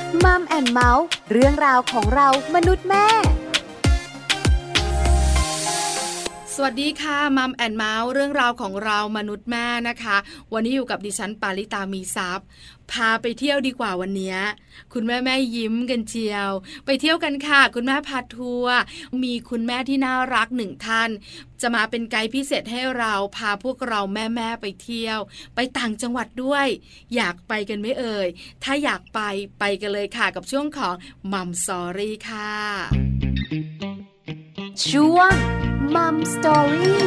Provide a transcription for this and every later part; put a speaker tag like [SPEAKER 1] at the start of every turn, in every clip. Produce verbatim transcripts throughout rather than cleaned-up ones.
[SPEAKER 1] มัมแอนด์เมาส์เรื่องราวของเรามนุษย์แม่
[SPEAKER 2] สวัสดีค่ะมัมแอนด์เมาส์เรื่องราวของเรามนุษย์แม่นะคะวันนี้อยู่กับดิฉันปาริตามีซัพย์พาไปเที่ยวดีกว่าวันนี้คุณแม่แม่ยิ้มกันเจียวไปเที่ยวกันค่ะคุณแม่พาทัวร์มีคุณแม่ที่น่ารักหนึ่งท่านจะมาเป็นไกด์พิเศษให้เราพาพวกเราแม่แม่ไปเที่ยวไปต่างจังหวัดด้วยอยากไปกันไหมเอ่ยถ้าอยากไปไปกันเลยค่ะกับช่วงของมัมสตอรี่ค่ะ
[SPEAKER 1] ช่วงมัมสตอรี่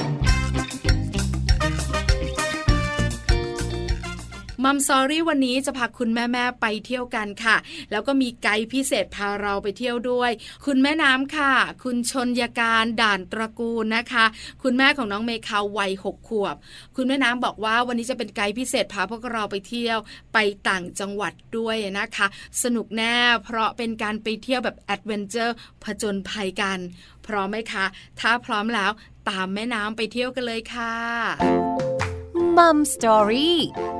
[SPEAKER 2] มัมซอรี่วันนี้จะพาคุณแม่ๆไปเที่ยวกันค่ะแล้วก็มีไกด์พิเศษพาเราไปเที่ยวด้วยคุณแม่น้ำค่ะคุณชนยการด่านตระกูลนะคะคุณแม่ของน้องเมคาวัยหกขวบคุณแม่น้ำบอกว่าวันนี้จะเป็นไกด์พิเศษพาพวกเราไปเที่ยวไปต่างจังหวัดด้วยนะคะสนุกแน่เพราะเป็นการไปเที่ยวแบบแอดเวนเจอร์ผจญภัยกันพร้อมไหมคะถ้าพร้อมแล้วตามแม่น้ำไปเที่ยวกันเลยค่ะ
[SPEAKER 1] มัมสตอรี่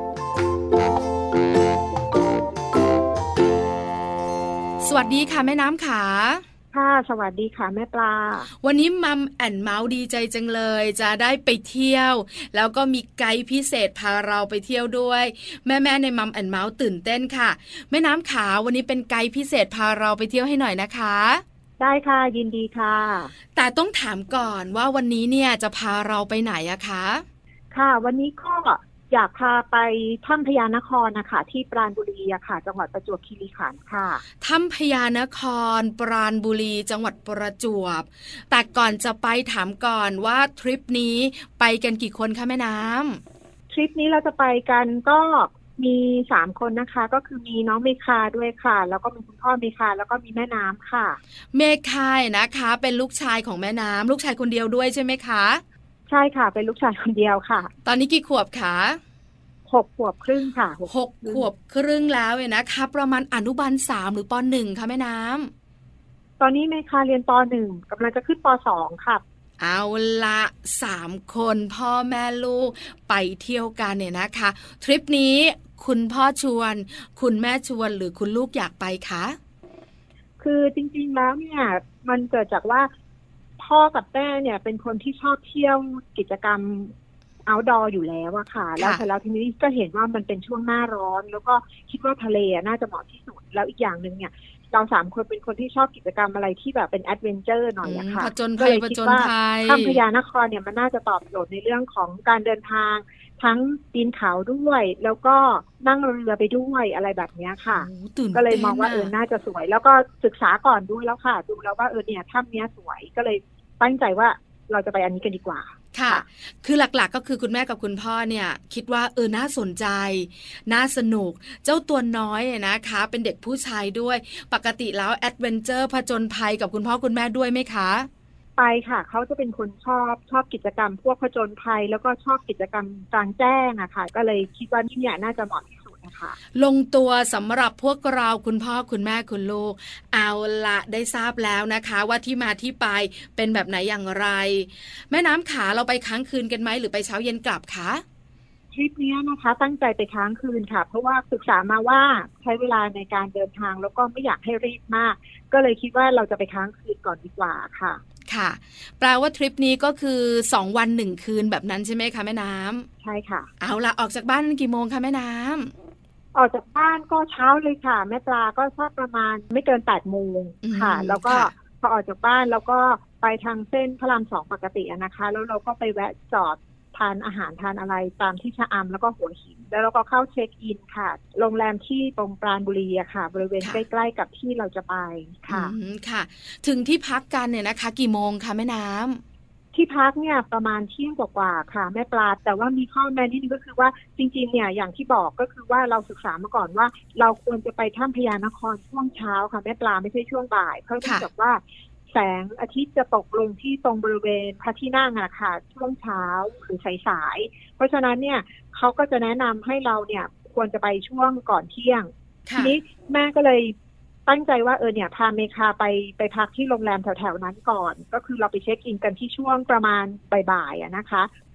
[SPEAKER 2] สวัสดีค่ะแม่น้ำขา
[SPEAKER 3] ค่ะสวัสดีค่ะแม่ปลา
[SPEAKER 2] วันนี้มัมแอนเมาส์ดีใจจังเลยจะได้ไปเที่ยวแล้วก็มีไกด์พิเศษพาเราไปเที่ยวด้วยแม่ๆในมัมแอนเมาส์ตื่นเต้นค่ะแม่น้ำขาวันนี้เป็นไกด์พิเศษพาเราไปเที่ยวให้หน่อยนะคะ
[SPEAKER 3] ได้ค่ะยินดีค่ะ
[SPEAKER 2] แต่ต้องถามก่อนว่าวันนี้เนี่ยจะพาเราไปไหนอะคะ
[SPEAKER 3] ค่ะวันนี้ก็อยากพาไปถ้ำพญานครนะคะที่ปราณบุรีอะค่ะจังหวัดประจวบคีรีขันธ์ค่ะ
[SPEAKER 2] ถ้ำพญานครปราณบุรีจังหวัดประจวบแต่ก่อนจะไปถามก่อนว่าทริปนี้ไปกันกี่คนคะแม่น้ำ
[SPEAKER 3] ทริปนี้เราจะไปกันก็มีสามคนนะคะก็คือมีน้องเมคาด้วยค่ะแล้วก็มีคุณพ่อเมคาแล้วก็มีแม่น้ำค่ะ
[SPEAKER 2] เมคานะคะเป็นลูกชายของแม่น้ำลูกชายคนเดียวด้วยใช่ไหมคะ
[SPEAKER 3] ใช่ค่ะเป็นลูกชายคนเดียวค่ะ
[SPEAKER 2] ตอนนี้กี่ขวบคะ
[SPEAKER 3] หกขวบครึ่งค่ะ
[SPEAKER 2] หกขวบครึ่งแล้วเนี่ยนะคะประมาณอนุบาลสามหรือปหนึ่งคะแม่น้
[SPEAKER 3] ำตอนนี้เมคาเรียนปหนึ่งกำลังจะขึ้นปสองค่ะ
[SPEAKER 2] เอาละสามคนพ่อแม่ลูกไปเที่ยวกันเนี่ยนะคะทริปนี้คุณพ่อชวนคุณแม่ชวนหรือคุณลูกอยากไปคะ
[SPEAKER 3] คือจริงๆแล้วเนี่ยมันเกิดจากว่าพ่อกับแม่เนี่ยเป็นคนที่ชอบเที่ยวกิจกรรมoutdoor อยู่แล้วอะค่ะแล้วแต่แล้วทีนี้ก็เห็นว่ามันเป็นช่วงหน้าร้อนแล้วก็คิดว่าทะเลน่าจะเหมาะที่สุดแล้วอีกอย่างนึงเนี่ยเราสามคนเป็นคนที่ชอบกิจกรรมอะไรที่แบบเป็นแอดเวนเจอร์หน่อยอะค่ะ
[SPEAKER 2] ก็เลยคิดว่า
[SPEAKER 3] ถ้ำพญานครเนี่ยมันน่าจะตอบโจทย์ในเรื่องของการเดินทางทั้งปีนเขาด้วยแล้วก็นั่งเรือไปด้วยอะไรแบบนี้ค่ะก็เลยมองว่าเออน่าจะสวยแล้วก็ศึกษาก่อนด้วยแล้วค่ะดูแล้วว่าเออเนี่ยถ้ำเนี้ยสวยก็เลยตั้งใจว่าเราจะไปอันนี้กันดีกว่า
[SPEAKER 2] ค่ะคือหลักๆ ก็คือคุณแม่กับคุณพ่อเนี่ยคิดว่าเออน่าสนใจน่าสนุกเจ้าตัวน้อยนะคะเป็นเด็กผู้ชายด้วยปกติแล้วแอดเวนเจอร์ผจญภัยกับคุณพ่อคุณแม่ด้วยไหมคะ
[SPEAKER 3] ไปค่ะเขาจะเป็นคนชอบชอบกิจกรรมพวกผจญภัยแล้วก็ชอบกิจกรรมกลางแจ้งอะค่ะก็เลยคิดว่าที่เนี่ยน่าจะเหมาะที่สุดนะคะ
[SPEAKER 2] ลงตัวสำหรับพวกเราคุณพ่อคุณแม่คุณลูกเอาละได้ทราบแล้วนะคะว่าที่มาที่ไปเป็นแบบไหนอย่างไรแม่น้ำขาเราไปค้างคืนกันไหมหรือไปเช้าเย็นกลับคะ
[SPEAKER 3] ทริปนี้นะคะตั้งใจไปค้างคืนค่ะเพราะว่าศึกษามาว่าใช้เวลาในการเดินทางแล้วก็ไม่อยากให้รีบมากก็เลยคิดว่าเราจะไปค้างคืนก่อนดีกว่าค่ะ
[SPEAKER 2] ค่ะแปลว่าทริปนี้ก็คือสองวันหนึ่งคืนแบบนั้นใช่ไหมคะแม่น้ำ
[SPEAKER 3] ใช่ค่ะ
[SPEAKER 2] เอาละออกจากบ้านกี่โมงคะแม่น้
[SPEAKER 3] ำออกจากบ้านก็เช้าเลยค่ะแม่ปลาก็สักประมาณไม่เกินแปดโมงค่ะแล้วก็พอออกจากบ้านแล้วก็ไปทางเส้นพระรามสองปกตินะคะแล้วเราก็ไปแวะจอดทานอาหารทานอะไรตามที่ชะอำแล้วก็หัวหินแล้วเราก็เข้าเช็คอินค่ะโรงแรมที่ตรงปราณบุรีอะค่ะบริเวณใกล้ๆกับที่เราจะไปค่ะ
[SPEAKER 2] ค่ะถึงที่พักกันเนี่ยนะคะกี่โมงคะแม่น้ำ
[SPEAKER 3] ที่พักเนี่ยประมาณเที่ยงกว่าๆค่ะแม่ปลาแต่ว่ามีข้อแม้นิดนึงก็คือว่าจริงๆเนี่ยอย่างที่บอกก็คือว่าเราศึกษามาก่อนว่าเราควรจะไปถ้ำพญานครช่วงเช้าค่ะแม่ปลาไม่ใช่ช่วงบ่ายเพราะเนื่องจากว่าแสงอาทิตย์จะตกลงที่ตรงบริเวณพระที่นั่งอะค่ะช่วงเช้าหรือสายๆเพราะฉะนั้นเนี่ยเขาก็จะแนะนำให้เราเนี่ยควรจะไปช่วงก่อนเที่ยงทีนี้แม่ก็เลยตั้งใจว่าเออเนี่ยพาเมคาไปไปพักที่โรงแรมแถวๆนั้นก่อนก็คือเราไปเช็คอินกันที่ช่วงประมาณบ่ายๆอะนะคะ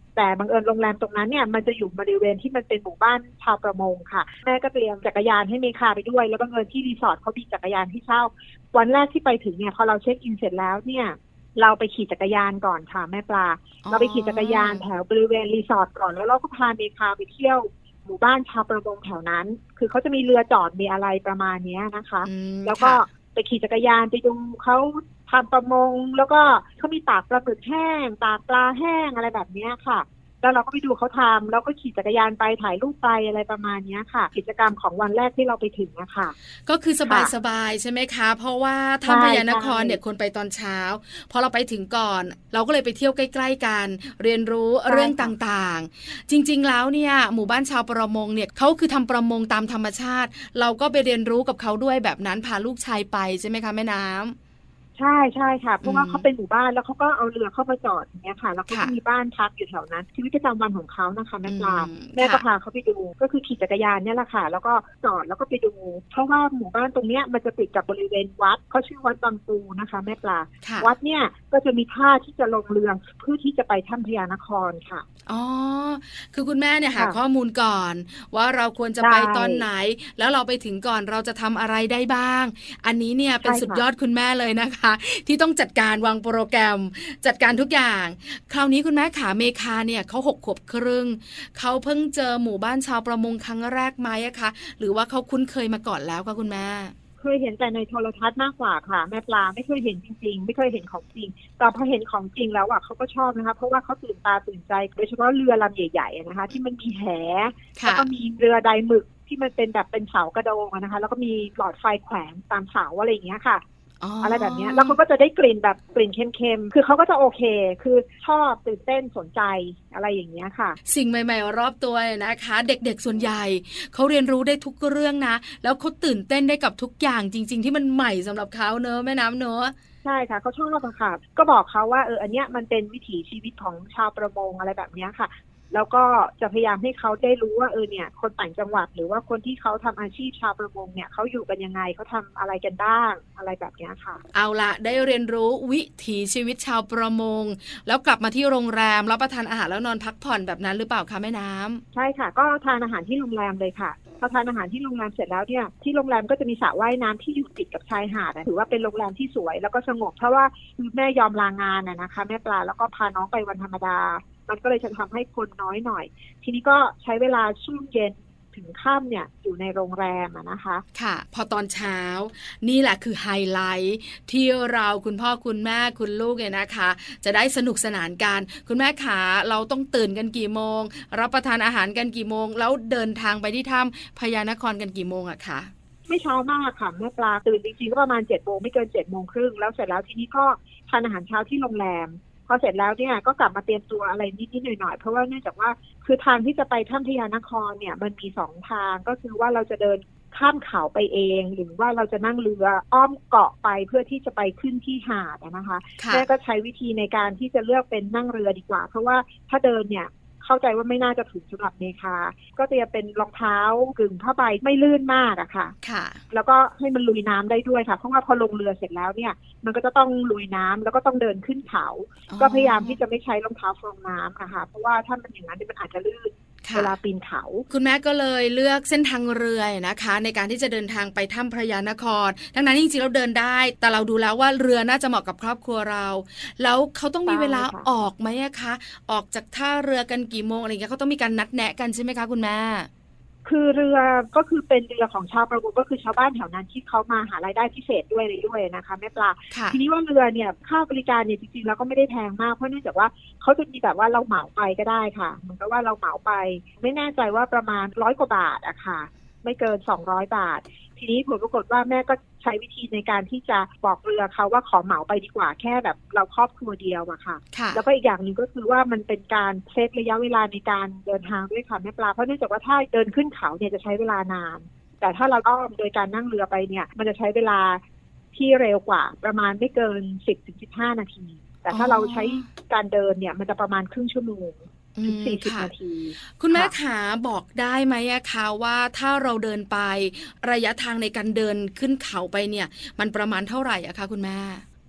[SPEAKER 3] แต่บังเอิญโรงแรมตรงนั้นเนี่ยมันจะอยู่บริเวณที่มันเป็นหมู่บ้านชาวประมงค่ะแม่ก็เตรียมจักรยานให้เมคาไปด้วยแล้วบังเอิญที่รีสอร์ทเขามีจักรยานที่เช่าวันแรกที่ไปถึงเนี่ยพอเราเช็คอินเสร็จแล้วเนี่ยเราไปขี่จักรยานก่อนค่ะแม่ปลาเราไปขี่จักรยานแถวบริเวณรีสอร์ทก่อนแล้วเราก็พาเมคาไปเที่ยวหมู่บ้านชาวประมงแถวนั้นคือเขาจะมีเรือจอดมีอะไรประมาณนี้นะคะแล้วก็ไปขี่จักรยานไปดูเขาทำประมงแล้วก็เขามีตากปลาหมึกแห้งตากปลาแห้งอะไรแบบนี้ค่ะแล้วเราก็ไปดูเขาทำแล้วก็ขี่จักรยานไปถ่ายรูปไปอะไรประมาณนี้ค่ะกิจกรรมของวันแรกที่เราไปถึงนะคะ
[SPEAKER 2] ก็คือสบายๆใช่ไหมคะเพราะว่าถ้ำพญานครเนี่ยคนไปตอนเช้าพอเราไปถึงก่อนเราก็เลยไปเที่ยวใกล้ๆกันเรียนรู้เรื่องต่างๆจริงๆแล้วเนี่ยหมู่บ้านชาวประมงเนี่ยเขาคือทำประมงตามธรรมชาติเราก็ไปเรียนรู้กับเขาด้วยแบบนั้นพาลูกชายไปใช่ไหมคะแม่น้ำ
[SPEAKER 3] ใช่ใช่ค่ะเพราะว่าเขาเป็นหมู่บ้านแล้วเขาก็เอาเรือเข้ามาจอดอย่างเงี้ยค่ะแล้วก็มีบ้านพักอยู่แถวนั้นชีวิตประจำวันของเขานะคะแม่ปลาแม่ก็พาเขาไปดูก็คือขี่จักรยานเนี่ยแหละค่ะแล้วก็จอดแล้วก็ไปดูเพราะว่าหมู่บ้านตรงเนี้ยมันจะติดกับบริเวณวัดเขาชื่อวัดบางปูนะคะแม่ปลาวัดเนี่ยก็จะมีท่าที่จะลงเรือเพื่อที่จะไปถ้ำพญานครค่ะ
[SPEAKER 2] อ๋อคือคุณแม่เนี่ยหาข้อมูลก่อนว่าเราควรจะไปตอนไหนแล้วเราไปถึงก่อนเราจะทำอะไรได้บ้างอันนี้เนี่ยเป็นสุดยอดคุณแม่เลยนะคะที่ต้องจัดการวางโปรแกรมจัดการทุกอย่างคราวนี้คุณแม่ขาเมคาเนี่ยเขาหกขวบครึ่งเขาเพิ่งเจอหมู่บ้านชาวประมงครั้งแรกไหมอะคะหรือว่าเขาคุ้นเคยมาก่อนแล้วคะคุณแม่
[SPEAKER 3] เคยเห็นแต่ในโทรทัศน์มากกว่าค่ะแม่ปลาไม่เคยเห็นจริงๆไม่เคยเห็นของจริงแต่พอเห็นของจริงแล้วอ่ะเขาก็ชอบนะคะเพราะว่าเขาตื่นตาตื่นใจโดยเฉพาะเรือลำใหญ่ๆนะคะที่มันมีแหแล้วก็มีเรือใดหมึกที่มันเป็นแบบเป็นเสากระโดงนะคะแล้วก็มีหลอดไฟแขวนตามเสาอะไรอย่างเงี้ยค่ะอะไรแบบนี้แล้วเขาก็จะได้กลิ่นแบบกลิ่นเค็มๆคือเขาก็จะโอเคคือชอบตื่นเต้นสนใจอะไรอย่างเงี้ยค่ะ
[SPEAKER 2] สิ่งใหม่ๆรอบตัวนะคะเด็กๆส่วนใหญ่เขาเรียนรู้ได้ทุกเรื่องนะแล้วเขาตื่นเต้นได้กับทุกอย่างจริงๆที่มันใหม่สำหรับเขาเนอะแม่น้ำเนอะ
[SPEAKER 3] ใช่ค่ะเขาชอบค่ะก็บอกเขาว่าเอออันเนี้ยมันเป็นวิถีชีวิตของชาวประมงอะไรแบบเนี้ยค่ะแล้วก็จะพยายามให้เขาได้รู้ว่าเออเนี่ยคนต่างจังหวัดหรือว่าคนที่เขาทำอาชีพชาวประมงเนี่ยเขาอยู่กันยังไงเขาทำอะไรกันบ้างอะไรแบบนี้ค่ะ
[SPEAKER 2] เอาละได้เรียนรู้วิถีชีวิตชาวประมงแล้วกลับมาที่โรงแรมรับประทานอาหารแล้วนอนพักผ่อนแบบนั้นหรือเปล่าคะแม่น้ำ
[SPEAKER 3] ใช่ค่ะก็ทานอาหารที่โรงแรมเลยค่ะพอทานอาหารที่โรงแรมเสร็จแล้วเนี่ยที่โรงแรมก็จะมีสระว่ายน้ำที่อยู่ติดกับชายหาดถือว่าเป็นโรงแรมที่สวยแล้วก็สงบเพราะว่าแม่ยอมลางานน่ะนะคะแม่ปลาแล้วก็พาน้องไปวันธรรมดามันก็เลยจะทำให้คนน้อยหน่อยทีนี้ก็ใช้เวลาช่วงเย็นถึงค่ำเนี่ยอยู่ในโรงแรมนะคะ
[SPEAKER 2] ค่ะพอตอนเช้านี่แหละคือไฮไลท์ที่เราคุณพ่อคุณแม่คุณลูกเนี่ยนะคะจะได้สนุกสนานกันคุณแม่ขาเราต้องตื่นกันกี่โมงรับประทานอาหารกันกี่โมงแล้วเดินทางไปที่ถ้ำพญานครกันกี่โมงอะคะ
[SPEAKER 3] ไม่เช้ามากค่ะแม่ปลาตื่นจริงๆก็ประมาณเจ็ดโมงไม่เกินเจ็ดโมงครึ่งแล้วเสร็จแล้วทีนี้ก็ทานอาหารเช้าที่โรงแรมพอเสร็จแล้วเนี่ยก็กลับมาเตรียมตัวอะไรนิดๆหน่อยๆเพราะว่าเนื่องจากว่าคือทางที่จะไปถ้ำพญานครเนี่ยมันมีสองทางก็คือว่าเราจะเดินข้ามเขาไปเองหรือว่าเราจะนั่งเรืออ้อมเกาะไปเพื่อที่จะไปขึ้นที่หาดนะคะแม่ก็ใช้วิธีในการที่จะเลือกเป็นนั่งเรือดีกว่าเพราะว่าถ้าเดินเนี่ยเข้าใจว่าไม่น่าจะถึงสำหรับเมคาก็จะเป็นรองเท้ากึ่งผ้าใบไม่ลื่นมากอะค่ะ
[SPEAKER 2] ค่ะ
[SPEAKER 3] แล้วก็ให้มันลุยน้ำได้ด้วยค่ะเพราะว่าพอลงเรือเสร็จแล้วเนี่ยมันก็จะต้องลุยน้ำแล้วก็ต้องเดินขึ้นเขาก็พยายามที่จะไม่ใช้รองเท้าฟองน้ำนะคะเพราะว่าถ้ามันอย่างนั้นมันอาจจะลื่นเวลาปีนเขา
[SPEAKER 2] คุณแม่ก็เลยเลือกเส้นทางเรือนะคะในการที่จะเดินทางไปถ้ำพญานครทั้งนั้นจริงๆเราเดินได้แต่เราดูแล้วว่าเรือน่าจะเหมาะกับครอบครัวเราแล้วเขาต้องมีเวลาออกไหมคะออกจากท่าเรือกันกี่โมงอะไรเงี้ยเขาต้องมีการนัดแนะกันใช่ไหมคะคุณแม่
[SPEAKER 3] คือเรือก็คือเป็นเรือของชาวประมงก็คือชาวบ้านแถวนั้นที่เขามาหารายได้พิเศษด้วยเลยด้วยนะคะแม่ปลาทีนี้ว่าเรือเนี่ยค่าบริการเนี่ยจริงๆแล้วก็ไม่ได้แพงมากเพราะเนื่องจากว่าเขาจะมีแบบว่าเราเหมาไปก็ได้ค่ะเหมือนกับว่าเราเหมาไปไม่แน่ใจว่าประมาณร้อยกว่าบาทอะค่ะไม่เกินสองร้อยบาททีนี้ผลปรากฏว่าแม่ก็ใช้วิธีในการที่จะบอกเรือเขาว่าขอเหมาไปดีกว่าแค่แบบเราครอบครัวเดียวอะค่ะแล้วก็อีกอย่างหนึ่งก็คือว่ามันเป็นการเซฟระยะเวลาในการเดินทางด้วยค่ะแม่ปลาเพราะเนื่องจากว่าถ้าเดินขึ้นเขาเนี่ยจะใช้เวลานานแต่ถ้าเราอ้อมโดยการนั่งเรือไปเนี่ยมันจะใช้เวลาที่เร็วกว่าประมาณไม่เกิน สิบถึงสิบห้า นาทีแต่ถ้าเราใช้การเดินเนี่ยมันจะประมาณครึ่งชั่วโมงถึงสี่สิบนาที
[SPEAKER 2] คุณแม่ขาบอกได้ไหมอะคะว่าถ้าเราเดินไประยะทางในการเดินขึ้นเขาไปเนี่ยมันประมาณเท่าไหร่อะคะคุณแม่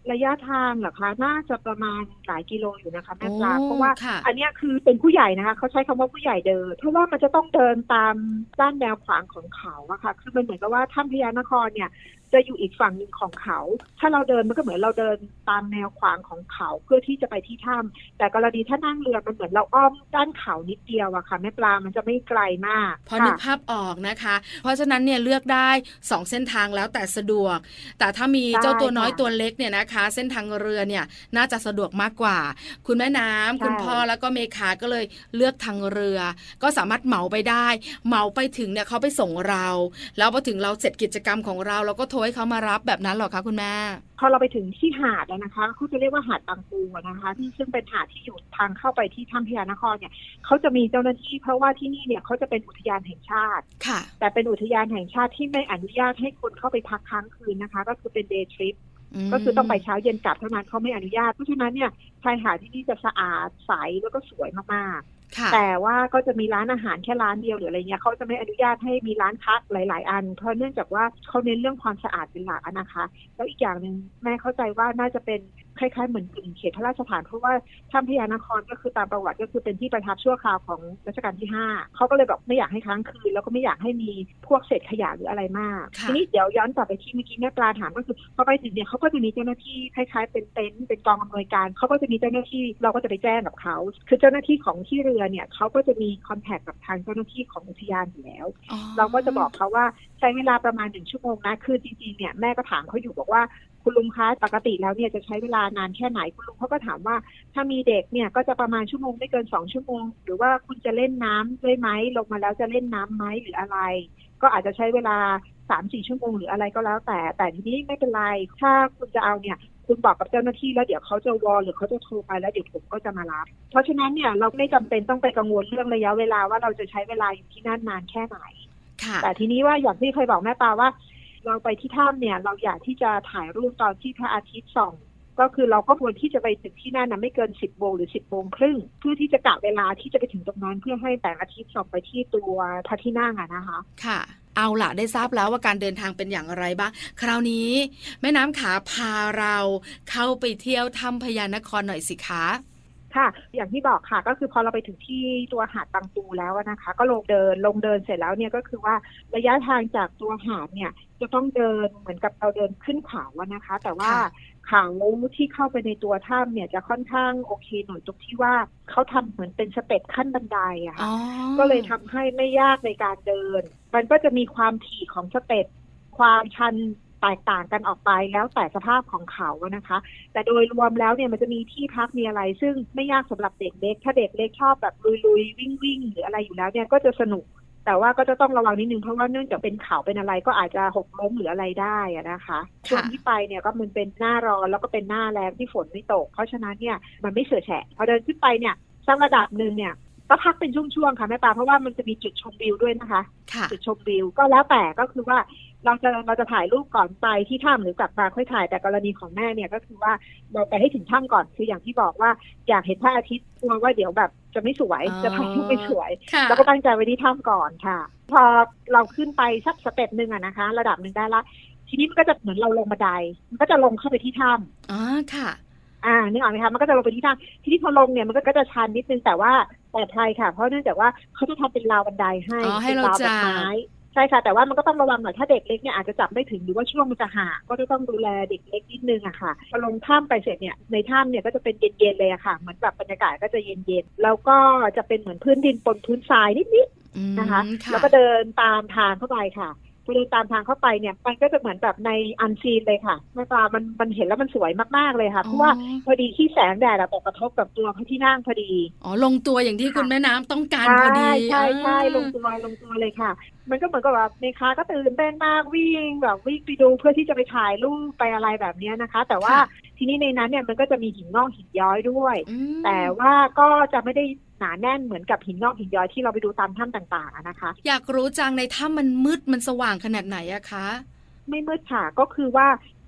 [SPEAKER 3] ระยะทางเหรอคะน่าจะประมาณหลายกิโลอยู่นะคะแม่ปลา
[SPEAKER 2] โอ้
[SPEAKER 3] เพราะว่า
[SPEAKER 2] ค่ะ
[SPEAKER 3] อันเนี้ยคือเป็นผู้ใหญ่นะคะเขาใช้คำว่าผู้ใหญ่เดินเพราะว่ามันจะต้องเดินตามด้านแนวขวางของเขาอะค่ะคือมันเหมือนกับว่าถ้ำพญานครเนี่ยจะอยู่อีกฝั่งหนึ่งของเขาถ้าเราเดินมันก็เหมือนเราเดินตามแนวขวางของเขาเพื่อที่จะไปที่ถ้ำแต่กรณีถ้านั่งเรือมันเหมือนเราอ้อมด้านเขานิดเดียวอะค่ะแม่ปลามันจะไม่ไกลมาก
[SPEAKER 2] พอนึกภาพออกนะคะเพราะฉะนั้นเนี่ยเลือกได้สองเส้นทางแล้วแต่สะดวกแต่ถ้ามีเจ้าตัวน้อยตัวเล็กเนี่ยนะคะเส้นทางเรือเนี่ยน่าจะสะดวกมากกว่าคุณแม่น้ำคุณพ่อแล้วก็เมคาก็เลยเลือกทางเรือก็สามารถเหมาไปได้เหมาไปถึงเนี่ยเขาไปส่งเราแล้วพอถึงเราเสร็จกิจกรรมของเราเราก็โทรให้เขามารับแบบนั้นหรอคะคุณแม่
[SPEAKER 3] พอเราไปถึงที่หาดแล้วนะคะเขาจะเรียกว่าหาดบางปูนะคะที่ซึ่งเป็นหาดที่อยู่ทางเข้าไปที่ถ้ำพญานครเนี่ยเขาจะมีเจ้าหน้าที่เพราะว่าที่นี่เนี่ยเขาจะเป็นอุทยานแห่งชาติ
[SPEAKER 2] ค่ะ
[SPEAKER 3] แต่เป็นอุทยานแห่งชาติที่ไม่อนุญาตให้คนเข้าไปพักค้างคืนนะคะก็คือเป็นเดย์ทริปก็คือต้องไปเช้าเย็นกลับเท่านั้นเขาไม่อนุญาตเพราะฉะนั้นเนี่ยชายหาดที่นี่จะสะอาดใสแล้วก็สวยมากๆแต่ว่าก็จะมีร้านอาหารแค่ร้านเดียวหรืออะไรเงี้ยเขาจะไม่อนุญาตให้มีร้านค้าหลายๆอันเพราะเนื่องจากว่าเขาเน้นเรื่องความสะอาดเป็นหลักนะคะแล้วอีกอย่างนึงแม่เข้าใจว่าน่าจะเป็นคล้ายๆเหมือนกึ่งเขตพระราชฐานเพราะว่าถ้ำพญานครก็คือตามประวัติก็คือเป็นที่ประทับชั่วคราวของรัชกาลที่ห้าเขาก็เลยแบบไม่อยากให้ค้างคืนแล้วก็ไม่อยากให้มีพวกเศษขยะหรืออะไรมากทีนี้เดี๋ยวย้อนกลับไปที่เมื่อกี้แม่ปลาถามก็คือพอไปถึงเนี่ยเขาก็จะมีเจ้าหน้าที่คล้ายๆเป็นเต็นท์เป็นกองอำนวยการเขาก็จะมีเจ้าหน้าที่เราก็จะไปแจ้งกับเขาคือเจ้าหน้าที่ของที่เรือเนี่ยเขาก็จะมีคอนแทคกับทางเจ้าหน้าที่ของอุทยานอยู่แล้วเราก็จะบอกเขาว่าใช้เวลาประมาณหนึ่งชั่วโมงนะคือจริงๆเนี่ยแม่ก็ถามเขาอยู่บอกว่าคุณลุงคะปกติแล้วเนี่ยจะใช้เวลานานแค่ไหนคุณลุงเขาก็ถามว่าถ้ามีเด็กเนี่ยก็จะประมาณชั่วโมงไม่เกินสองชั่วโมงหรือว่าคุณจะเล่นน้ำด้วยไหมลงมาแล้วจะเล่นน้ำไหมหรืออะไรก็อาจจะใช้เวลา สามถึงสี่ ชั่วโมงหรืออะไรก็แล้วแต่แต่ทีนี้ไม่เป็นไรถ้าคุณจะเอาเนี่ยคุณบอกกับเจ้าหน้าที่แล้วเดี๋ยวเขาจะวอลหรือเขาจะโทรไปแล้วเดี๋ยวผมก็จะมารับเพราะฉะนั้นเนี่ยเราไม่จำเป็นต้องไปกังวลเรื่องระยะเวลาว่าเราจะใช้เวลาอยู่ที่นั่นนานแค่ไหนแต่ทีนี้ว่าอย่างที่เคยบอกแม่ปาว่าเราไปที่ถ้ำเนี่ยเราอยากที่จะถ่ายรูปตอนที่พระอาทิตย์ส่องก็คือเราก็ควรที่จะไปถึงที่นั่นนะไม่เกินสิบโมงหรือสิบโมงครึ่งเพื่อที่จะกะเวลาที่จะไปถึงตรงนั้นเพื่อให้แสงอาทิตย์ส่องไปที่ตัวพระที่นั่งอะนะคะ
[SPEAKER 2] ค่ะเอาล่ะได้ทราบแล้วว่าการเดินทางเป็นอย่างไรบ้างคราวนี้แม่น้ำขาพาเราเข้าไปเที่ยวถ้ำพญานครหน่อยสิคะ
[SPEAKER 3] ค่ะอย่างที่บอกค่ะก็คือพอเราไปถึงที่ตัวหาดบางปูแล้วนะคะก็ลงเดินลงเดินเสร็จแล้วเนี่ยก็คือว่าระยะทางจากตัวหาดเนี่ยจะต้องเดินเหมือนกับเราเดินขึ้นเขาอะนะคะแต่ว่าเขาที่เข้าไปในตัวถ้ำเนี่ยจะค่อนข้างโอเคหน่อยตรงที่ว่าเขาทำเหมือนเป็นสเต็ปขั้นบันไดอะค่ะก็เลยทำให้ไม่ยากในการเดินมันก็จะมีความถี่ของสเต็ปความชันแตกต่างกันออกไปแล้วแต่สภาพของเขาอะนะคะแต่โดยรวมแล้วเนี่ยมันจะมีที่พักมีอะไรซึ่งไม่ยากสำหรับเด็กเล็กถ้าเด็กเล็กชอบแบบลุยๆวิ่งๆหรืออะไรอยู่แล้วเนี่ยก็จะสนุกแต่ว่าก็จะต้องระวังนิดนึงเพราะว่าเนื่องจากเป็นเขาเป็นอะไรก็อาจจะหกล้มหรืออะไรได้อะนะคะช่วงที่ไปเนี่ยก็มันเป็นหน้าร้อนแล้วก็เป็นหน้าแรงที่ฝนไม่ตกเพราะฉะนั้นเนี่ยมันไม่เสื่อแฉะพอเดินขึ้นไปเนี่ยสักระดับนึงเนี่ยก็พักเป็นช่วงๆค่ะแม่ปาเพราะว่ามันจะมีจุดชมวิวด้วยนะคะจุดชมวิวก็แล้วแต่ก็คือว่าเราจะเราจะถ่ายรูปก่อนไปที่ถ้ำหรือกลับมาค่อยถ่ายแต่กรณีของแม่เนี่ยก็คือว่าเราไปให้ถึงถ้ำก่อนคืออย่างที่บอกว่าอยากเห็นพระอาทิตย์กลัวว่าเดี๋ยวแบบจะไม่สวยจะถ่ายรูปไม่สวยแล้วก็ตั้งใจไว้ที่ถ้ำก่อนค่ะพอเราขึ้นไปสักสเต็ปนึงอะนะคะระดับนึงได้ละทีนี้มันก็จะเหมือนเราลงบันไดมันก็จะลงเข้าไปที่ถ้ำ
[SPEAKER 2] อ๋อค่ะ
[SPEAKER 3] อ่านึกออกไหมคะมันก็จะลงไปที่ถ้ำทีนี้พอลงเนี่ยมันก็จะชันนิดนึงแต่ว่าปลอดภัยค่ะเพราะเนื่องจากว่าเขาจะทำเป็นราวบันไดให้
[SPEAKER 2] เป็น
[SPEAKER 3] ราวแบบไม้ใช่ค่ะแต่ว่ามันก็ต้องระวังหน่อยถ้าเด็กเล็กเนี่ยอาจจะจับไม่ถึงหรือว่าช่วงมันจะห่างก็จะต้องดูแลเด็กเล็กนิดนึงอะค่ะพอลงถ้ำไปเสร็จเนี่ยในถ้ำเนี่ยก็จะเป็นเย็นๆเลยอะค่ะเหมือนแบบบรรยากาศก็จะเย็นๆแล้วก็จะเป็นเหมือนพื้นดินปนพื้นทรายนิดๆนะคะแล้วก็เดินตามทางเข้าไปค่ะพอเดินตามทางเข้าไปเนี่ยมันก็จะเหมือนแบบในอันซีนเลยค่ะแม่ปลามันมันเห็นแล้วมันสวยมากๆเลยค่ะเพราะว่าพอดีที่แสงแดดตกกระทบกับตัวพระที่นั่งพอดี
[SPEAKER 2] อ๋อลงตัวอย่างที่คุณแม่น้ำต้องการพอดี
[SPEAKER 3] ใช่ใช่ลงตัวลงตัวเลยค่ะมันก็เหมือนกับว่าเมคาก็ตื่นเต้นมากวิ่งแบบวิ่งไปดูเพื่อที่จะไปถ่ายรูปไปอะไรแบบนี้นะคะแต่ว่าทีนี้ในนั้นเนี่ยมันก็จะมีหินงอกหินย้อยด้วยแต่ว่าก็จะไม่ได้หนาแน่นเหมือนกับหินงอกหินย้อยที่เราไปดูตามถ้ำต่างๆนะคะ
[SPEAKER 2] อยากรู้จังในถ้ำมันมืดมันสว่างขนาดไหนอะคะ
[SPEAKER 3] ไม่มืดค่ะก็คือว่า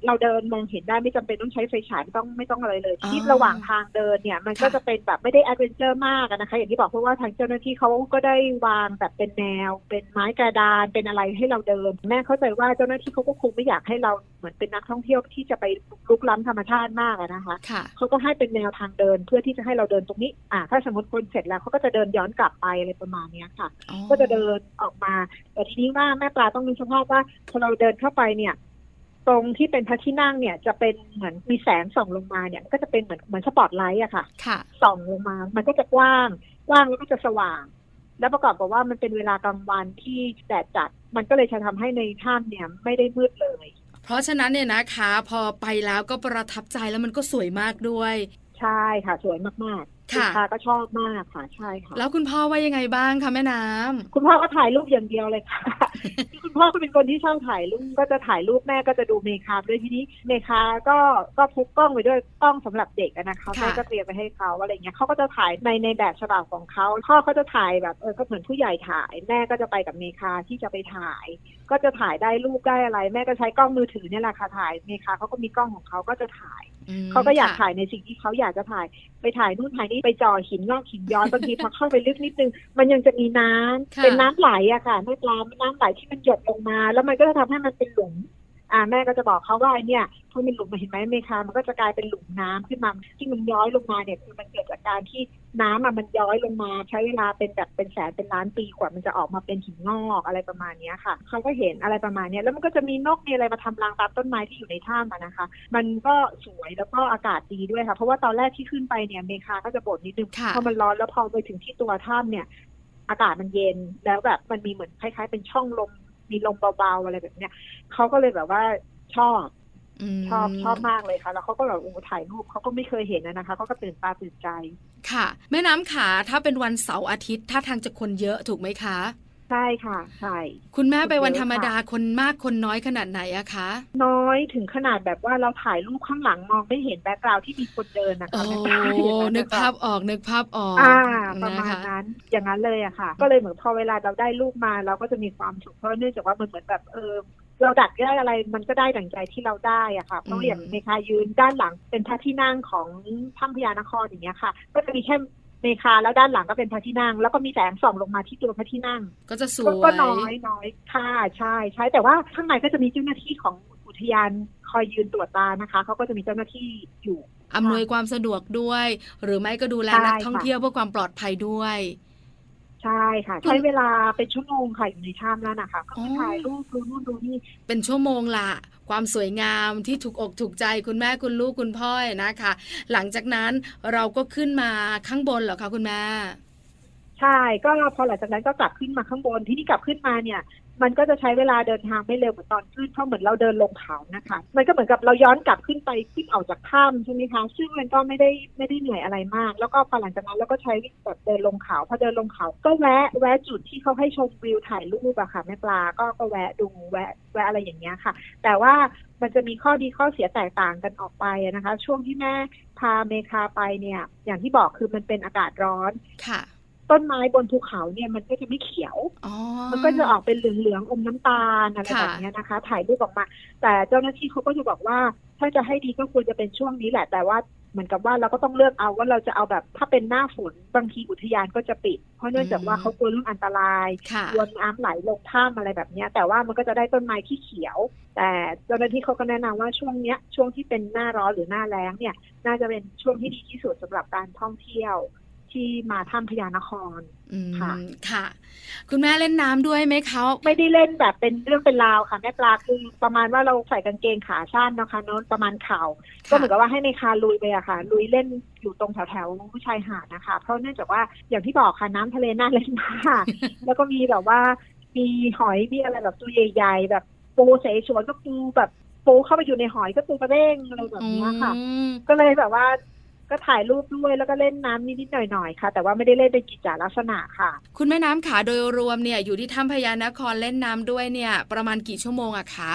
[SPEAKER 3] เราเดินมองเห็นได้ไม่จำเป็นต้องใช้ไฟฉายไม่ต้องไม่ต้องอะไรเลยที่ระหว่างทางเดินเนี่ยมันก็จะเป็นแบบไม่ได้แอดเวนเจอร์มากนะคะอย่างที่บอกเพราะว่าทางเจ้าหน้าที่เขาก็ได้วางแบบเป็นแนวเป็นไม้กระดานเป็นอะไรให้เราเดินแม่เข้าใจว่าเจ้าหน้าที่เขาก็คงไม่อยากให้เราเหมือนเป็นนักท่องเที่ยวที่จะไปลุกล้ำธรรมชาติมากนะคะเขาก็ให้เป็นแนวทางเดินเพื่อที่จะให้เราเดินตรงนี้อ่าถ้าสมมติคนเสร็จแล้วเขาก็จะเดินย้อนกลับไปอะไรประมาณนี้ค่ะก็จะเดินออกมาแต่ทีนี้ว่าแม่ปลาต้องนึกสภาพว่าพอเราเดินเข้าไปเนี่ยตรงที่เป็นพระที่นั่งเนี่ยจะเป็นเหมือนมีแสงส่องลงมาเนี่ยก็จะเป็นเหมือนเหมือนสปอตไลท์อะค่ะส่องลงมามันก็จะกว้างกว้างแล้วก็จะสว่างแล้วประกอบกับว่ามันเป็นเวลากลางวันที่แดดจัดมันก็เลยจะทำให้ในถ้ำเนี่ยไม่ได้มืดเลย
[SPEAKER 2] เพราะฉะนั้นเนี่ยนะคะพอไปแล้วก็ประทับใจแล้วมันก็สวยมากด้วย
[SPEAKER 3] ใช่ค่ะสวยมากๆค่ะก็ชอบมากค่ะใช่ค่ะ
[SPEAKER 2] แล้วคุณพ่อว่ายังไงบ้างคะแม่น้ำ
[SPEAKER 3] คุณพ่อก็ถ่ายรูปอย่างเดียวเลยค่ะ คุณพ่อก็เป็นคนที่ชอบถ่ายรูปก็จะถ่ายรูปแม่ก็จะดูเมคาด้วยทีนี้เมคาก็ก็พกกล้องไปด้วยกล้องสำหรับเด็กนะคะแม่ก็เตรียมไปให้เขาอะไรเงี้ยเขาก็จะถ่ายในในแบบฉบับของเขาพ่อเขาจะถ่ายแบบเออก็เหมือนผู้ใหญ่ถ่ายแม่ก็จะไปกับเมคาที่จะไปถ่ายก็จะถ่ายได้รูปได้อะไรแม่ก็ใช้กล้องมือถือเนี่ยแหละค่ะถ่ายเมคาเขาก็มีกล้องของเขาก็จะถ่ายเขาก็อยากถ่ายในสิ่งที่เขาอยากจะถ่ายไปถ่ายนู่นถ่ายนี่ไปจ่อหินงอกหินย้อนบางทีพอเข้าไปลึกนิดนึงมันยังจะมีน้ำเป็นน้ำไหลอะค่ะไม่ปลาน้ำไหลที่มันหยดลงมาแล้วมันก็จะทำให้มันเป็นหลุมอ่าแม่ก็จะบอกเขาว่าเนี่ยพอมันหลุมมาเห็นไหมเมคามันก็จะกลายเป็นหลุมน้ำขึ้นมาที่มันย้อยลงมาเนี่ยคือมันเกิดจากการที่น้ำมันย้อยลงมาใช้เวลาเป็นแบบเป็นแสนเป็นล้านปีกว่ามันจะออกมาเป็นหินงอกอะไรประมาณนี้ค่ะเขาก็เห็นอะไรประมาณนี้แล้วมันก็จะมีนกมีอะไรมาทำรังตามต้นไม้ที่อยู่ในถ้ำนะคะมันก็สวยแล้วก็อากาศดีด้วยค่ะเพราะว่าตอนแรกที่ขึ้นไปเนี่ยเมคาก็จะบ่นนิดนึงพอมันร้อนแล้วพอไปถึงที่ตัวถ้ำเนี่ยอากาศมันเย็นแล้วแบบมันมีเหมือนคล้ายๆเป็นช่องลมมีลมเบาๆอะไรแบบเนี้ยเขาก็เลยแบบว่าชอบชอบชอบมากเลยค่ะแล้วเขาก็แบบโอ้ถ่ายรูปเขาก็ไม่เคยเห็นนะคะเขาก็ตื่นตาตื่นใจ
[SPEAKER 2] ค่ะแม่น้ำขาถ้าเป็นวันเสาร์อาทิตย์ถ้าทางจะคนเยอะถูกไหมคะ
[SPEAKER 3] ใช่ค่ะใช่
[SPEAKER 2] คุณแม่ไปวันธรรมดาคนมากคนน้อยขนาดไหนอะคะ
[SPEAKER 3] น้อยถึงขนาดแบบว่าเราถ่ายรูปข้างหลังมองไม่เห็นแบ็คกราวด์ที่มีคนเดินนะคะ
[SPEAKER 2] โอ้นึกภาพออกนึกภาพออก
[SPEAKER 3] อ่าประมาณนั้นอย่างนั้นเลยอะค่ะก็เลยเหมือนพอเวลาเราได้รูปมาเราก็จะมีความสุขเพราะเนื่องจากว่ามันเหมือนแบบเออเราดัดได้อะไรมันก็ได้ดั่งใจที่เราได้อะค่ะเพราะอย่างเมคายืนด้านหลังเป็นพระที่นั่งของถ้ำพญานครอย่างเงี้ยค่ะก็จะมีแค่เมคาแล้วด้านหลังก็เป็นพระที่นั่งแล้วก็มีแสงส่องลงมาที่ตัวพระที่นั่ง
[SPEAKER 2] ก็จะสวย
[SPEAKER 3] ก็น้อยน้อยค่ะใช่ใช่แต่ว่าข้างในก็จะมีเจ้าหน้าที่ของอุทยานคอยยืนตรวจตานะคะเขาก็จะมีเจ้าหน้าที่อยู่
[SPEAKER 2] อำนวยความสะดวกด้วยหรือไม่ก็ดูแลนักท่องเที่ยวเพื่อความปลอดภัยด้วย
[SPEAKER 3] ใช่ค่ะใช้เวลาเป็นชั่วโมงค่ะอยู่ในถ้ำแล้วนะคะก็ถ่ายรูปดูนู่นดูนี่
[SPEAKER 2] เป็นชั่วโมงละความสวยงามที่ถูกอกถูกใจคุณแม่คุณลูกคุณพ่อนะคะหลังจากนั้นเราก็ขึ้นมาข้างบนเหรอคะคุณแม่
[SPEAKER 3] ใช่ก็พอหลังจากนั้นก็กลับขึ้นมาข้างบนที่นี่กลับขึ้นมาเนี่ยมันก็จะใช้เวลาเดินทางไม่เร็วเหมือนตอนขึ้นเพราะเหมือนเราเดินลงเขานะคะมันก็เหมือนกับเราย้อนกลับขึ้นไปขึ้นออกจากถ้ำใช่ไหมคะซึ่งมันก็ไม่ได้ไม่ได้เหนื่อยอะไรมากแล้วก็พอหลังจากนั้นเราก็ใช้แบบเดินลงเขาพอเดินลงเขาก็แวะแวะจุดที่เขาให้ชมวิวถ่ายรูปอะค่ะแม่ปลาก็ก็แวะดูแวะแวะอะไรอย่างเงี้ยค่ะแต่ว่ามันจะมีข้อดีข้อเสียแตกต่างกันออกไปนะคะช่วงที่แม่พาเมคาไปเนี่ยอย่างที่บอกคือมันเป็นอากาศร้อน
[SPEAKER 2] ค่ะ
[SPEAKER 3] ต้นไม้บนภูเขาเนี่ยมันก็จะไม่เขียวมันก็จะออกเป็นเหลืองๆอมน้ำตาลอะไรแบบนี้นะคะถ่ายรูปออกมาแต่เจ้าหน้าที่เขาก็จะบอกว่าถ้าจะให้ดีก็ควรจะเป็นช่วงนี้แหละแต่ว่าเหมือนกับว่าเราก็ต้องเลือกเอาว่าเราจะเอาแบบถ้าเป็นหน้าฝนบางทีอุทยานก็จะปิดเพราะเนื่องจากว่าเขากลัวเรื่องอันตรายกลัวน้ำไหลลงถ้ำอะไรแบบนี้แต่ว่ามันก็จะได้ต้นไม้ที่เขียวแต่เจ้าหน้าที่เขาก็แนะนำว่าช่วงเนี้ยช่วงที่เป็นหน้าร้อนหรือหน้าแล้งเนี่ยน่าจะเป็นช่วงที่ดีที่สุดสำหรับการท่องเที่ยวที่มาถ้ำพญานคร
[SPEAKER 2] ค่ะค่ะคุณแม่เล่นน้ำด้วยไหมเขา
[SPEAKER 3] ไม่ได้เล่นแบบเป็นเรื่องเป็นราวค่ะแม่ปลาคือประมาณว่าเราใส่กางเกงขาสั้นนะคะโน้นประมาณเข่าก็เหมือนกับว่าให้เมคาลุยไปอะค่ะลุยเล่นอยู่ตรงแถวแถวผู้ชายหาดนะคะเพราะเนื่องจากว่าอย่างที่บอกค่ะน้ำทะเลน่าเล่นมากแล้วก็มีแบบว่ามีหอยมีอะไรแบบตัวใหญ่ๆแบบปูเสฉวนก็ปูแบบปูเข้าไปอยู่ในหอยก็ปูกระเด้งอะไรแบบนี้ค่ะก็เลยแบบว่าก็ถ่ายรูปด้วยแล้วก็เล่นน้ำนิดๆหน่อยๆค่ะแต่ว่าไม่ได้เล่นเป็นกิจจลักษณะค่ะ
[SPEAKER 2] คุณแม่น้ำขาโดยรวมเนี่ยอยู่ที่ถ้ำพญานครเล่นน้ำด้วยเนี่ยประมาณกี่ชั่วโมงอะคะ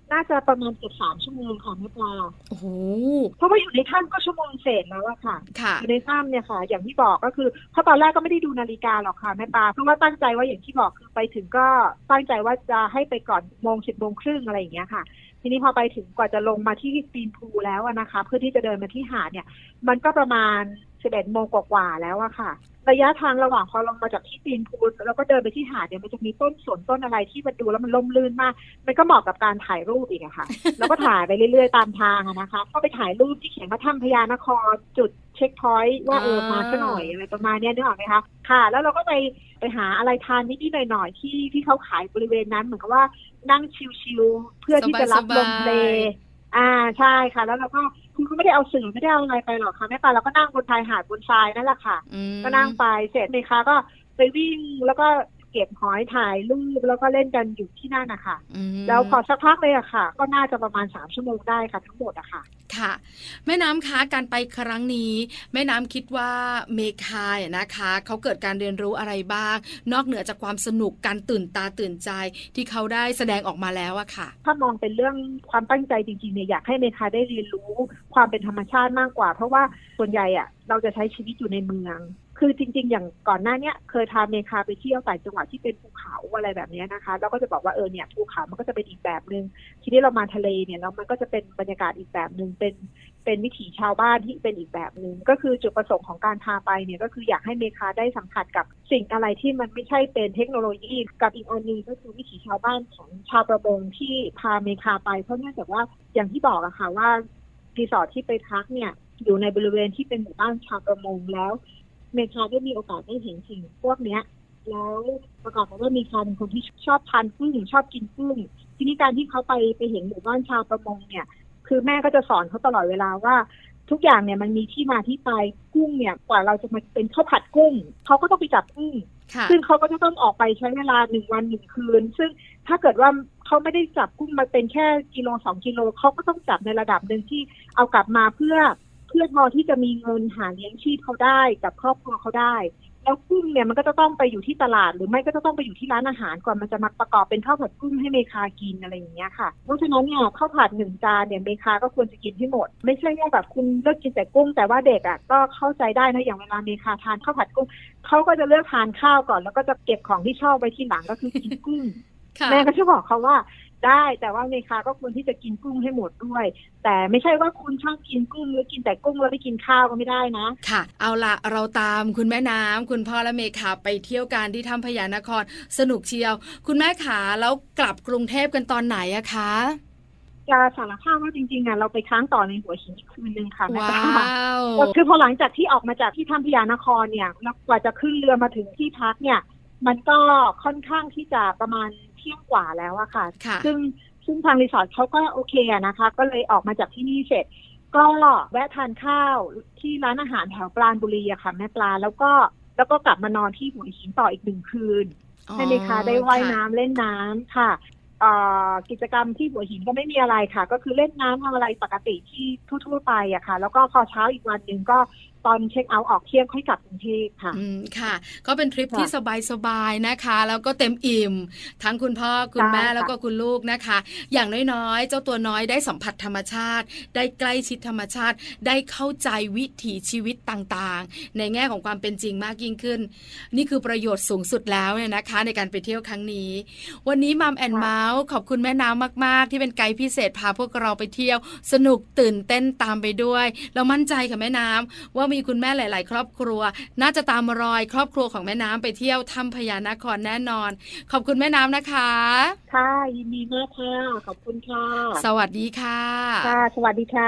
[SPEAKER 3] น่าจะประมาณเกือบสามชั่วโมงค่ะแม่ปลา
[SPEAKER 2] โอ้โห
[SPEAKER 3] เพราะว่าอยู่ในถ้ำก็ชั่วโมงเศษแล้วอะค่ะ
[SPEAKER 2] ค่ะ
[SPEAKER 3] อยู่ในถ้ำเนี่ยค่ะอย่างที่บอกก็คือเพราะตอนแรกก็ไม่ได้ดูนาฬิกาหรอกค่ะแม่ปลาเพราะว่าตั้งใจว่าอย่างที่บอกคือไปถึงก็ตั้งใจว่าจะให้ไปก่อนโมงสิบโมงครึ่งอะไรอย่างเงี้ยค่ะทีนี้พอไปถึงกว่าจะลงมาที่ตีนภูแล้วนะคะเพื่อที่จะเดินมาที่หาดเนี่ยมันก็ประมาณสิบเอ็ดโมงกว่าๆแล้วอะค่ะระยะทางระหว่างพอลงมาจากที่ตีนภูแล้วก็เดินไปที่หาดเนี่ยมันจะมีต้นสนต้นอะไรที่มันดูแล้วมันล่มลื่นมากมันก็เหมาะกับการถ่ายรูปอีกอะค่ะ แล้วก็ถ่ายไปเรื่อยๆตามทางอะนะคะก็ไปถ่ายรูปที่เขียนว่าถ้ำพญานครจุดเช็คพอยต์ว่าเออมาซะหน่อยอะไรประมาณนี้นึกออกไหมคะค่ะแล้วเราก็ไปไปหาอะไรทานนิดๆหน่อยๆที่ที่เขาขายบริเวณนั้นเหมือนกับว่านั่งชิลๆเพื่อที่จะรับลมทะเลอ่าใช่ค่ะแล้วเราก็คุณก็ไม่ได้เอาสื่อไม่ได้เอาอะไรไปหรอกค่ะแม่ปลาเราก็นั่งบนชายหาดบนทรายนั่นแหละค่ะก็นั่งไปเสร็จเลยค่ะก็ไปวิ่งแล้วก็เก็บหอยถ่ายรูปแล้วก็เล่นกันอยู่ที่นั่นนะคะแล้วพอสักพักเลยอะค่ะก็น่าจะประมาณสามชั่วโมงได้ค่ะทั้งหมดอะค่ะ
[SPEAKER 2] ค่ะแม่น้ำคะการไปครั้งนี้แม่น้ำคิดว่าเมคายนะคะเขาเกิดการเรียนรู้อะไรบ้างนอกเหนือจากความสนุกการตื่นตาตื่นใจที่เขาได้แสดงออกมาแล้วอะค่ะ
[SPEAKER 3] ถ้ามองเป็นเรื่องความตั้งใจจริงๆเนี่ยอยากให้เมคายได้เรียนรู้ความเป็นธรรมชาติมากกว่าเพราะว่าส่วนใหญ่อะเราจะใช้ชีวิตอยู่ในเมืองคือจริงๆอย่างก่อนหน้านี้เคยพาเมคาไปเที่ยวต่างจังหวัดที่เป็นภูเขาอะไรแบบนี้นะคะเราก็จะบอกว่าเออเนี่ยภูเขามันก็จะเป็นอีกแบบนึงทีนี้เรามาทะเลเนี่ยแล้วมันก็จะเป็นบรรยากาศอีกแบบนึงเป็นเป็นวิถีชาวบ้านที่เป็นอีกแบบนึงก็คือจุดประสงค์ของการพาไปเนี่ยก็คืออยากให้เมคาได้สัมผัสกับสิ่งอะไรที่มันไม่ใช่เป็นเทคโนโลยีกับอีกอันนึงก็คือวิถีชาวบ้านของชาวประมงที่พาเมคาไปเพราะเนื่องจากว่าอย่างที่บอกอะค่ะว่ารีสอร์ทที่ไปพักเนี่ยอยู่ในบริเวณที่เป็นหมู่บ้านชาวประมงแล้วเมคาได้มีโอกาสได้เห็นสิ่งพวกนี้แล้วประกอบกับว่าเมคาเป็นคนที่ชอบทานกุ้งชอบกินกุ้งทีนี้การที่เขาไปไปเห็นหมู่บ้านชาวประมงเนี่ยคือแม่ก็จะสอนเขาตลอดเวลาว่าทุกอย่างเนี่ยมันมีที่มาที่ไปกุ้งเนี่ยกว่าเราจะมาเป็นข้าวผัดกุ้งเขาก็ต้องไปจับกุ้งซึ่งเขาก็จะต้องออกไปใช้เวลาหนึ่งวันหนึ่งคืนซึ่งถ้าเกิดว่าเขาไม่ได้จับกุ้งมาเป็นแค่กิโลสองกิโลเขาก็ต้องจับในระดับหนึ่งที่เอากลับมาเพื่อเพื่อพอที่จะมีเงินหาเลี้ยงชีพเขาได้กับครอบครัวเขาได้แล้วกุ้งเนี่ยมันก็จะต้องไปอยู่ที่ตลาดหรือไม่ก็จะต้องไปอยู่ที่ร้านอาหารก่อนมันจะมาประกอบเป็นข้าวผัดกุ้งให้เมคากินอะไรอย่างเงี้ยค่ะเพราะฉะนั้นเนี่ยข้าวผัดหนึ่งจานเนี่ยเมคาก็ควรจะกินให้หมดไม่ใช่ว่าแบบคุณเลือกกินแต่กุ้งแต่ว่าเด็กอ่ะก็เข้าใจได้นะอย่างเวลาเมคาทานข้าวผัดกุ้งเขาก็จะเลือกทานข้าวก่อนแล้วก็จะเก็บของที่ชอบไว้ที่หลังก็คือกินกุ้ง แม่ก็จะบอกเขาว่าได้แต่ว่าเมคาก็ควรที่จะกินกุ้งให้หมดด้วยแต่ไม่ใช่ว่าคุณชอบกินกุ้งหรือกินแต่กุ้งแล้วไม่กินข้าวก็ไม่ได้นะ
[SPEAKER 2] ค่ะเอาละเราตามคุณแม่น้ำคุณพ่อและเมคาไปเที่ยวกันที่ถ้ำพญานครสนุกเชียวคุณแม่ขาแล้วกลับกรุงเทพกันตอนไหนอะคะ
[SPEAKER 3] จะสารภาพว่าจริงๆอ่ะเราไปค้างต่อในหัวหินอีกคืนนึงค่ะ
[SPEAKER 2] ว้าว
[SPEAKER 3] คือพอหลังจากที่ออกมาจากที่ถ้ำพญานครเนี่ยแล้วกว่าจะขึ้นเรือมาถึงที่พักเนี่ยมันก็ค่อนข้างที่จะประมาณเที่ยงกว่าแล้วอะค่ะซึ่งซึ่งทางรีสอร์ทเขาก็โอเคอะนะคะก็เลยออกมาจากที่นี่เสร็จก็แวะทานข้าวที่ร้านอาหารแถวปราณบุรีอะค่ะแม่ปลาแล้วก็แล้วก็กลับมานอนที่หัวหินต่ออีกหนึ่งคืนให้เมคาได้ว่ายน้ำเล่นน้ำค่ะกิจกรรมที่หัวหินก็ไม่มีอะไรค่ะก็คือเล่นน้ำทำอะไรปกติที่ทั่วๆไปอะค่ะแล้วก็พอเช้าอีกวันนึงก็ตอนเช็คเอาท์ออกเที่ยงค่อยกลับกรุงเทพค่ะ
[SPEAKER 2] อืมค่ะก็เป็นทริปที่สบายๆนะคะแล้วก็เต็มอิ่มทั้งคุณพ่อคุณแม่แล้วก็คุณลูกนะคะอย่างน้อยๆเจ้าตัวน้อยได้สัมผัสธรรมชาติได้ใกล้ชิดธรรมชาติได้เข้าใจวิถีชีวิตต่างๆในแง่ของความเป็นจริงมากยิ่งขึ้นนี่คือประโยชน์สูงสุดแล้วเนี่ยนะคะในการไปเที่ยวครั้งนี้วันนี้มัมแอนด์เมาส์ขอบคุณแม่น้ำมากๆที่เป็นไกด์พิเศษพาพวกเราไปเที่ยวสนุกตื่นเต้นตามไปด้วยเรามั่นใจค่ะแม่น้ำว่ามีคุณแม่หลายๆครอบครัวน่าจะตามรอยครอบครัวของแม่น้ำไปเที่ยวถ้ำพญานครแน่นอนขอบคุณแม่น้ำนะคะ
[SPEAKER 3] ค่ะยินดีมากค่ะขอบคุณค่ะ
[SPEAKER 2] สวัสดีค่ะ
[SPEAKER 3] ค่ะสวัสดีค่ะ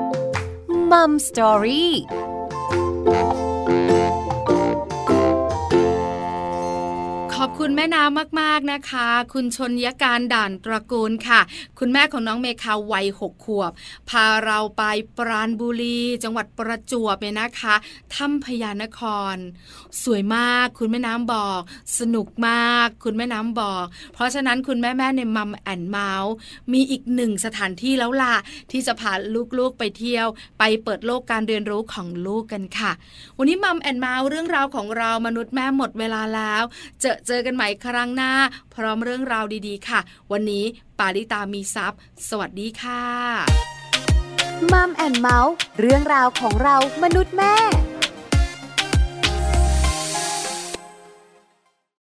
[SPEAKER 1] Mum Story
[SPEAKER 2] ขอบคุณแม่น้ำมากๆนะคะคุณชนยการด่านตระกูลค่ะคุณแม่ของน้องเมคาวัยหกขวบพาเราไปปราณบุรีจังหวัดประจวบเนี่ยนะคะถ้ำพญานครสวยมากคุณแม่น้ำบอกสนุกมากคุณแม่น้ำบอกเพราะฉะนั้นคุณแม่ๆในมัมแอนด์เมาส์มีอีกหนึ่งสถานที่แล้วล่ะที่จะพาลูกๆไปเที่ยวไปเปิดโลกการเรียนรู้ของลูกกันค่ะวันนี้มัมแอนด์เมาส์เรื่องราวของเรามนุษย์แม่หมดเวลาแล้วเจอเจอกันใหม่ครั้งหน้าพร้อมเรื่องราวดีๆค่ะวันนี้ปาริตามีทรัพย์สวัสดีค่ะ
[SPEAKER 1] มัมแอนเมาส์เรื่องราวของเรามนุษย์แม่